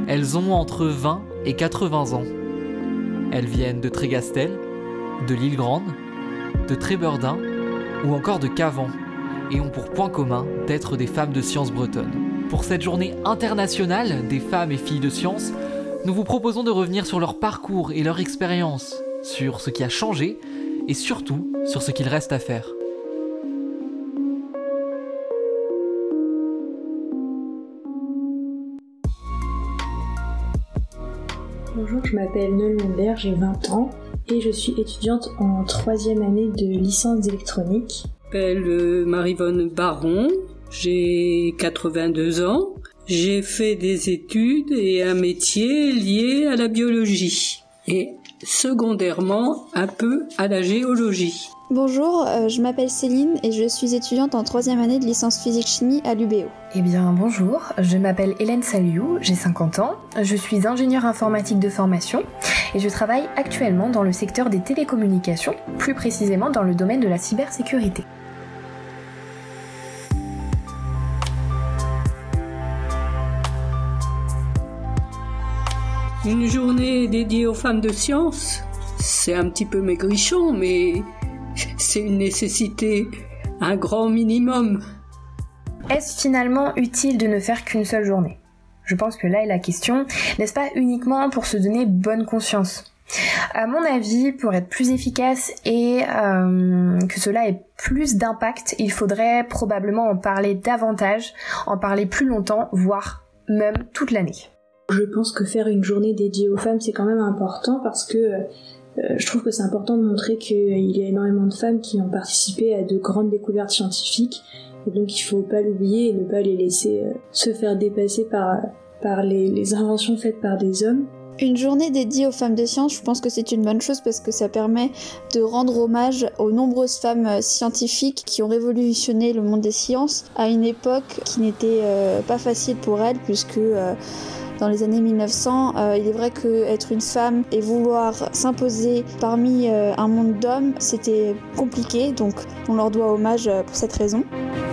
Elles ont entre 20 et 80 ans. Elles viennent de Trégastel, de l'Île Grande, de Trébeurdun ou encore de Cavan et ont pour point commun d'être des femmes de sciences bretonnes. Pour cette journée internationale des femmes et filles de sciences, nous vous proposons de revenir sur leur parcours et leur expérience, sur ce qui a changé et surtout sur ce qu'il reste à faire. Bonjour, je m'appelle Noël Lambert, j'ai 20 ans et je suis étudiante en 3e année de licence d'électronique. Je m'appelle Maryvonne Baron, j'ai 82 ans. J'ai fait des études et un métier lié à la biologie et secondairement un peu à la géologie. Bonjour, je m'appelle Céline et je suis étudiante en 3e année de licence physique-chimie à l'UBO. Eh bien bonjour, je m'appelle Hélène Saliou, j'ai 50 ans, je suis ingénieure informatique de formation et je travaille actuellement dans le secteur des télécommunications, plus précisément dans le domaine de la cybersécurité. Une journée dédiée aux femmes de science, c'est un petit peu maigrichon, mais c'est une nécessité, un grand minimum. Est-ce finalement utile de ne faire qu'une seule journée ? Je pense que là est la question, n'est-ce pas uniquement pour se donner bonne conscience ? À mon avis, pour être plus efficace et que cela ait plus d'impact, il faudrait probablement en parler davantage, en parler plus longtemps, voire même toute l'année. Je pense que faire une journée dédiée aux femmes, c'est quand même important parce que je trouve que c'est important de montrer qu'il y a énormément de femmes qui ont participé à de grandes découvertes scientifiques et donc il faut pas l'oublier et ne pas les laisser se faire dépasser par les inventions faites par des hommes. Une journée dédiée aux femmes de science, je pense que c'est une bonne chose parce que ça permet de rendre hommage aux nombreuses femmes scientifiques qui ont révolutionné le monde des sciences à une époque qui n'était pas facile pour elles puisque dans les années 1900, il est vrai qu'être une femme et vouloir s'imposer parmi un monde d'hommes, c'était compliqué, donc on leur doit hommage pour cette raison.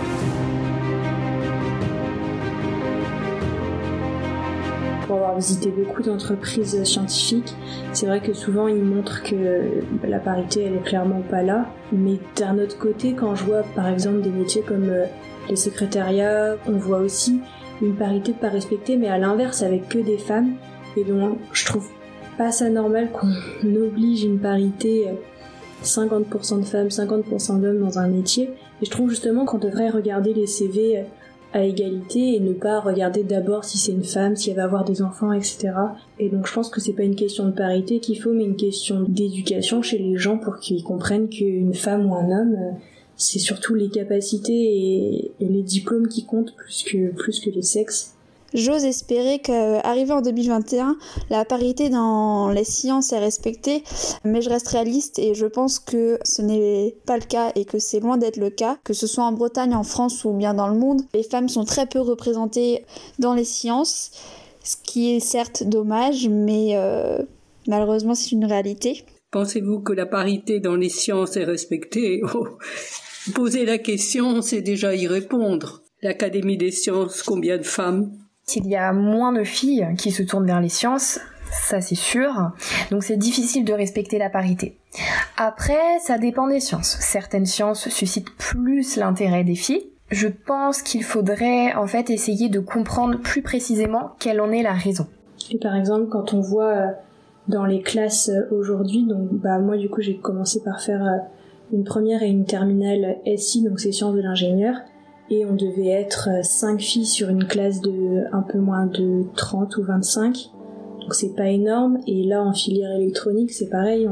Pour avoir visité beaucoup d'entreprises scientifiques, c'est vrai que souvent ils montrent que la parité elle est clairement pas là, mais d'un autre côté, quand je vois par exemple des métiers comme les secrétariats, on voit aussi une parité pas respectée, mais à l'inverse avec que des femmes, et donc je trouve pas ça normal qu'on oblige une parité 50% de femmes, 50% d'hommes dans un métier, et je trouve justement qu'on devrait regarder les CV à égalité et ne pas regarder d'abord si c'est une femme, si elle va avoir des enfants, etc. Et donc je pense que c'est pas une question de parité qu'il faut, mais une question d'éducation chez les gens pour qu'ils comprennent qu'une femme ou un homme, c'est surtout les capacités et les diplômes qui comptent plus que les sexes. J'ose espérer qu'arrivé en 2021, la parité dans les sciences est respectée, mais je reste réaliste et je pense que ce n'est pas le cas et que c'est loin d'être le cas, que ce soit en Bretagne, en France ou bien dans le monde. Les femmes sont très peu représentées dans les sciences, ce qui est certes dommage, mais malheureusement c'est une réalité. Pensez-vous que la parité dans les sciences est respectée ? Poser la question, c'est déjà y répondre. L'Académie des sciences, combien de femmes ? S'il y a moins de filles qui se tournent vers les sciences, ça c'est sûr, donc c'est difficile de respecter la parité. Après, ça dépend des sciences. Certaines sciences suscitent plus l'intérêt des filles. Je pense qu'il faudrait en fait essayer de comprendre plus précisément quelle en est la raison. Et par exemple, quand on voit dans les classes aujourd'hui, donc moi du coup j'ai commencé par faire une première et une terminale SI, donc c'est sciences de l'ingénieur, et on devait être 5 filles sur une classe de un peu moins de 30 ou 25, donc c'est pas énorme. Et là en filière électronique c'est pareil,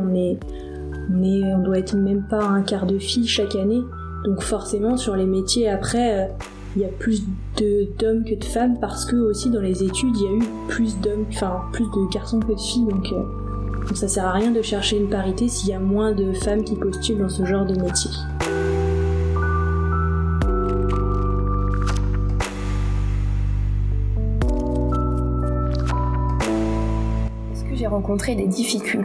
on doit être même pas un quart de filles chaque année, donc forcément sur les métiers après il y a plus d'hommes que de femmes parce que aussi dans les études il y a eu plus de garçons que de filles, donc ça sert à rien de chercher une parité s'il y a moins de femmes qui postulent dans ce genre de métier. Est-ce que j'ai rencontré des difficultés ?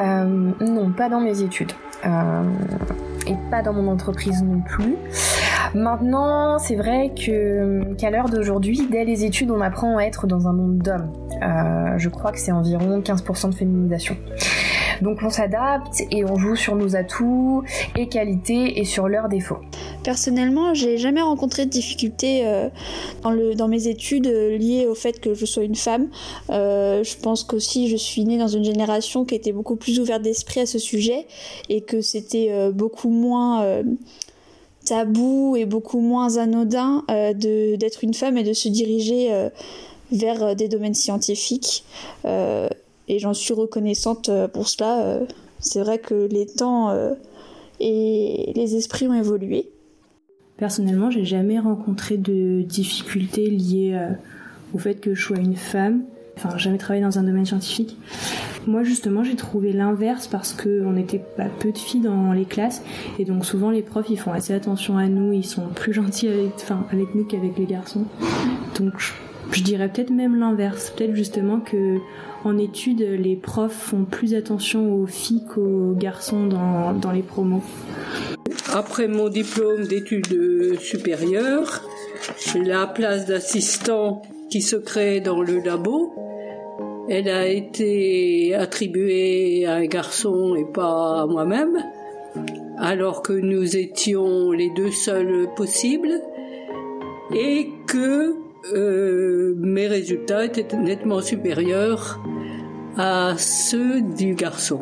Non, pas dans mes études. Et pas dans mon entreprise non plus. Maintenant, c'est vrai qu'à l'heure d'aujourd'hui, dès les études, on apprend à être dans un monde d'hommes. Je crois que c'est environ 15% de féminisation. Donc on s'adapte et on joue sur nos atouts et qualités et sur leurs défauts. Personnellement, j'ai jamais rencontré de difficultés dans mes études liées au fait que je sois une femme. Je pense qu'aussi je suis née dans une génération qui était beaucoup plus ouverte d'esprit à ce sujet et que c'était beaucoup moins tabou et beaucoup moins anodin d'être une femme et de se diriger vers des domaines scientifiques. Et j'en suis reconnaissante pour cela. C'est vrai que les temps et les esprits ont évolué. Personnellement, j'ai jamais rencontré de difficultés liées au fait que je sois une femme. Enfin, jamais travaillé dans un domaine scientifique. Moi, justement, j'ai trouvé l'inverse parce qu'on était peu de filles dans les classes. Et donc, souvent, les profs, ils font assez attention à nous. Ils sont plus gentils avec nous qu'avec les garçons. Donc, je dirais peut-être même l'inverse. Peut-être justement que en études, les profs font plus attention aux filles qu'aux garçons dans les promos. Après mon diplôme d'études supérieures, la place d'assistant qui se crée dans le labo, elle a été attribuée à un garçon et pas à moi-même, alors que nous étions les deux seuls possibles et que mes résultats étaient nettement supérieurs à ceux du garçon.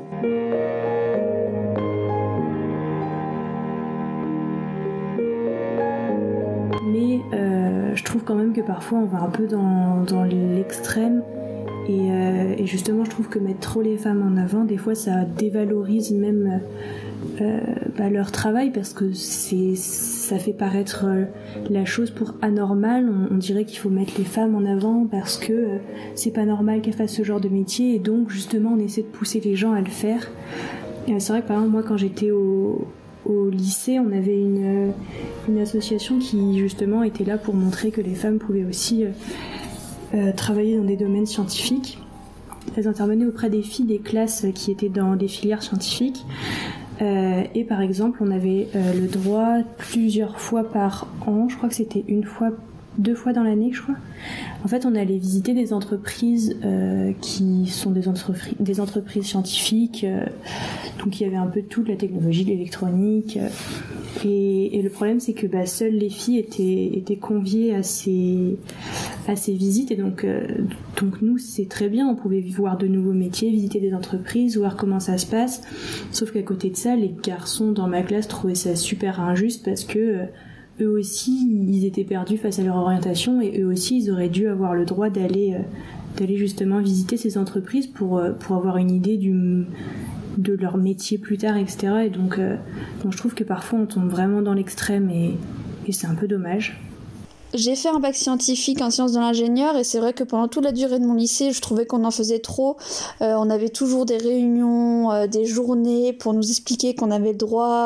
Mais je trouve quand même que parfois on va un peu dans l'extrême et justement je trouve que mettre trop les femmes en avant, des fois ça dévalorise même leur travail parce que ça fait paraître la chose pour anormale. On dirait qu'il faut mettre les femmes en avant parce que c'est pas normal qu'elles fassent ce genre de métier et donc justement on essaie de pousser les gens à le faire. C'est vrai que par exemple moi quand j'étais au lycée, on avait une association qui justement était là pour montrer que les femmes pouvaient aussi travailler dans des domaines scientifiques. Elles intervenaient auprès des filles des classes qui étaient dans des filières scientifiques. Et par exemple, on avait le droit plusieurs fois par an, je crois que c'était 2 fois dans l'année, je crois. En fait, on allait visiter des entreprises qui sont des entreprises scientifiques. Donc, il y avait un peu de tout, de la technologie, de l'électronique. Et le problème, c'est que seules les filles étaient conviées à ces visites. Et donc nous, c'est très bien. On pouvait voir de nouveaux métiers, visiter des entreprises, voir comment ça se passe. Sauf qu'à côté de ça, les garçons dans ma classe trouvaient ça super injuste parce que eux aussi, ils étaient perdus face à leur orientation et eux aussi, ils auraient dû avoir le droit d'aller justement visiter ces entreprises pour avoir une idée de leur métier plus tard, etc. Et donc je trouve que parfois, on tombe vraiment dans l'extrême et c'est un peu dommage. J'ai fait un bac scientifique en sciences de l'ingénieur et c'est vrai que pendant toute la durée de mon lycée, je trouvais qu'on en faisait trop. On avait toujours des réunions, des journées pour nous expliquer qu'on avait le droit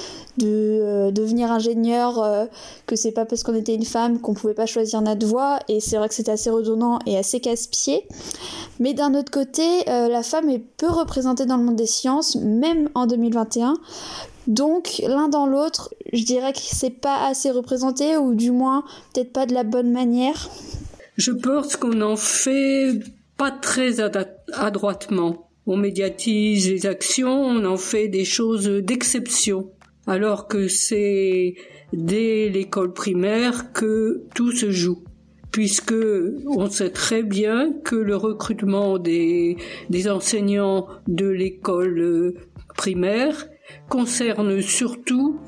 de devenir ingénieur, que c'est pas parce qu'on était une femme qu'on pouvait pas choisir notre voie. Et c'est vrai que c'était assez redondant et assez casse-pied. Mais d'un autre côté, la femme est peu représentée dans le monde des sciences, même en 2021. Donc, l'un dans l'autre, je dirais que c'est pas assez représenté, ou du moins, peut-être pas de la bonne manière. Je pense qu'on en fait pas très adroitement. On médiatise les actions, on en fait des choses d'exception. Alors que c'est dès l'école primaire que tout se joue. Puisque on sait très bien que le recrutement des enseignants de l'école primaire concerne surtout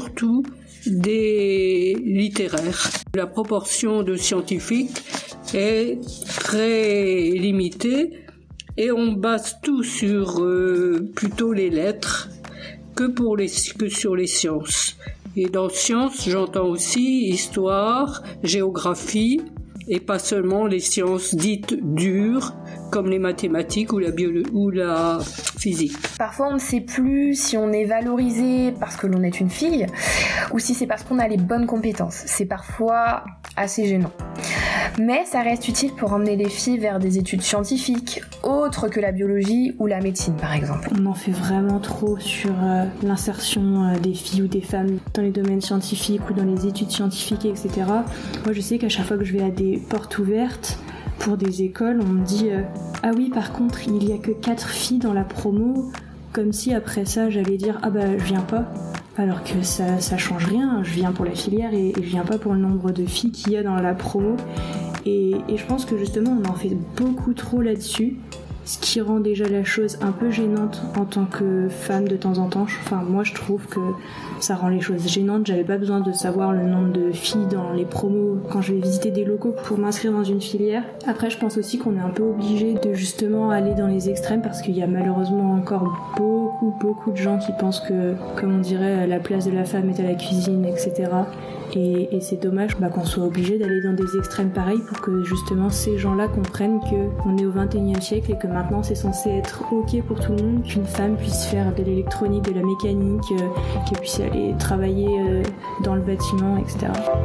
des littéraires. La proportion de scientifiques est très limitée et on base tout sur plutôt les lettres que sur les sciences. Et dans sciences, j'entends aussi histoire, géographie et pas seulement les sciences dites dures comme les mathématiques ou la physique. Parfois, on ne sait plus si on est valorisé parce que l'on est une fille ou si c'est parce qu'on a les bonnes compétences. C'est parfois assez gênant. mais ça reste utile pour emmener les filles vers des études scientifiques, autres que la biologie ou la médecine par exemple. On en fait vraiment trop sur l'insertion des filles ou des femmes dans les domaines scientifiques ou dans les études scientifiques, etc. Moi je sais qu'à chaque fois que je vais à des portes ouvertes pour des écoles, on me dit ah oui, par contre il y a que 4 filles dans la promo, comme si après ça j'allais dire ah bah je viens pas. Alors que ça change rien, je viens pour la filière et je viens pas pour le nombre de filles qu'il y a dans la promo. Et je pense que justement on en fait beaucoup trop là-dessus, ce qui rend déjà la chose un peu gênante en tant que femme de temps en temps. Enfin moi je trouve que ça rend les choses gênantes. J'avais pas besoin de savoir le nombre de filles dans les promos quand je vais visiter des locaux pour m'inscrire dans une filière. Après je pense aussi qu'on est un peu obligé de justement aller dans les extrêmes parce qu'il y a malheureusement encore beaucoup de gens qui pensent que, comme on dirait, la place de la femme est à la cuisine, etc. Et c'est dommage qu'on soit obligé d'aller dans des extrêmes pareils pour que justement ces gens-là comprennent qu'on est au 21e siècle et que maintenant c'est censé être ok pour tout le monde, qu'une femme puisse faire de l'électronique, de la mécanique, qu'elle puisse aller travailler dans le bâtiment, etc.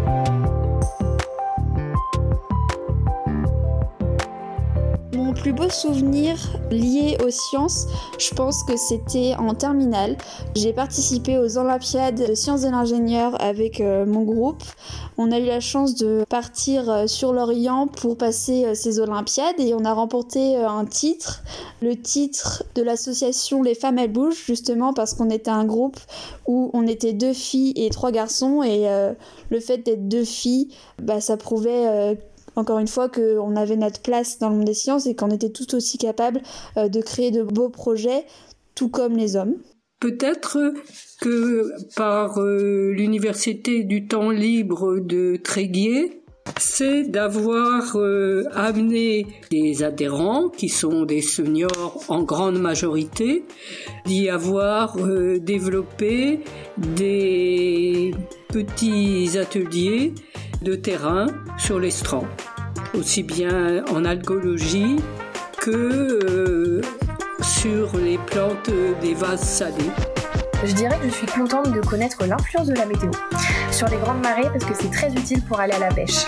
Mon plus beau souvenir lié aux sciences, je pense que c'était en terminale. J'ai participé aux Olympiades de sciences de l'ingénieur avec mon groupe. On a eu la chance de partir sur l'Orient pour passer ces Olympiades et on a remporté un titre, le titre de l'association Les Femmes Elles Bougent, justement parce qu'on était un groupe où on était 2 filles et 3 garçons et le fait d'être 2 filles, ça prouvait encore une fois qu'on avait notre place dans le monde des sciences et qu'on était tout aussi capables de créer de beaux projets, tout comme les hommes. Peut-être que par l'université du temps libre de Tréguier, c'est d'avoir amené des adhérents qui sont des seniors en grande majorité, d'y avoir développé des petits ateliers de terrain sur l'estran, aussi bien en algologie que sur les plantes des vases salés. Je dirais que je suis contente de connaître l'influence de la météo sur les grandes marées parce que c'est très utile pour aller à la pêche.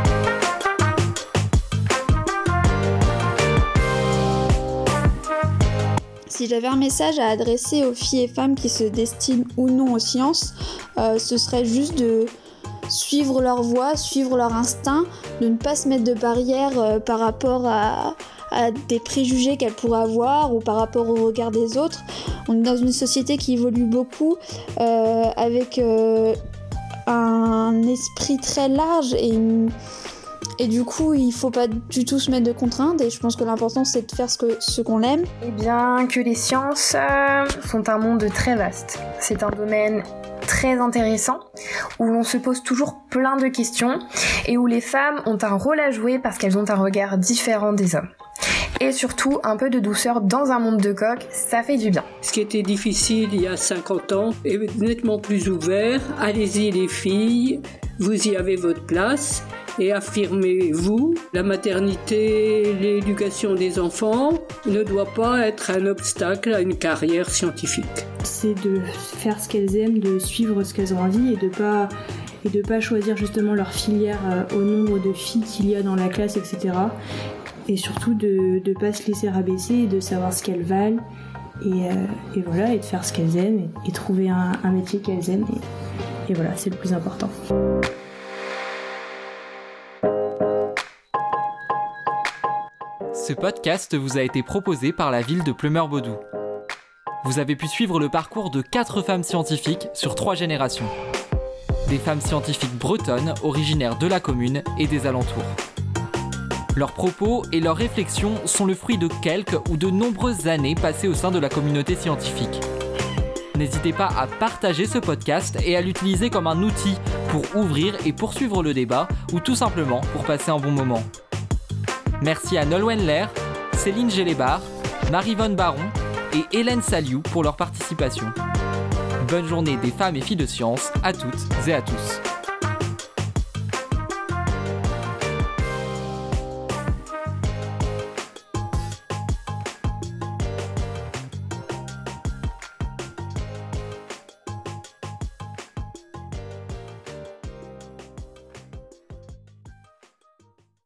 Si j'avais un message à adresser aux filles et femmes qui se destinent ou non aux sciences, ce serait juste de suivre leur voie, suivre leur instinct, de ne pas se mettre de barrières par rapport à des préjugés qu'elles pourraient avoir ou par rapport au regard des autres. On est dans une société qui évolue beaucoup avec un esprit très large et du coup il faut pas du tout se mettre de contraintes et je pense que l'important c'est de faire ce qu'on aime. Eh bien que les sciences sont un monde très vaste. C'est un domaine très intéressant, où l'on se pose toujours plein de questions et où les femmes ont un rôle à jouer parce qu'elles ont un regard différent des hommes. Et surtout, un peu de douceur dans un monde de coqs, ça fait du bien. Ce qui était difficile il y a 50 ans est nettement plus ouvert. Allez-y les filles, vous y avez votre place et affirmez-vous. La maternité, l'éducation des enfants ne doit pas être un obstacle à une carrière scientifique. C'est de faire ce qu'elles aiment, de suivre ce qu'elles ont envie et de pas choisir justement leur filière au nombre de filles qu'il y a dans la classe, etc. Et surtout de ne pas se laisser rabaisser et de savoir ce qu'elles valent et voilà, et de faire ce qu'elles aiment et trouver un métier qu'elles aiment et voilà, c'est le plus important. Ce podcast vous a été proposé par la ville de Pleumeur-Bodou. Vous avez pu suivre le parcours de 4 femmes scientifiques sur 3 générations. Des femmes scientifiques bretonnes originaires de la commune et des alentours. Leurs propos et leurs réflexions sont le fruit de quelques ou de nombreuses années passées au sein de la communauté scientifique. N'hésitez pas à partager ce podcast et à l'utiliser comme un outil pour ouvrir et poursuivre le débat ou tout simplement pour passer un bon moment. Merci à Nolwenn Lair, Céline Gélébar, Marie-Vonne Baron et Hélène Saliou pour leur participation. Bonne journée des femmes et filles de science à toutes et à tous.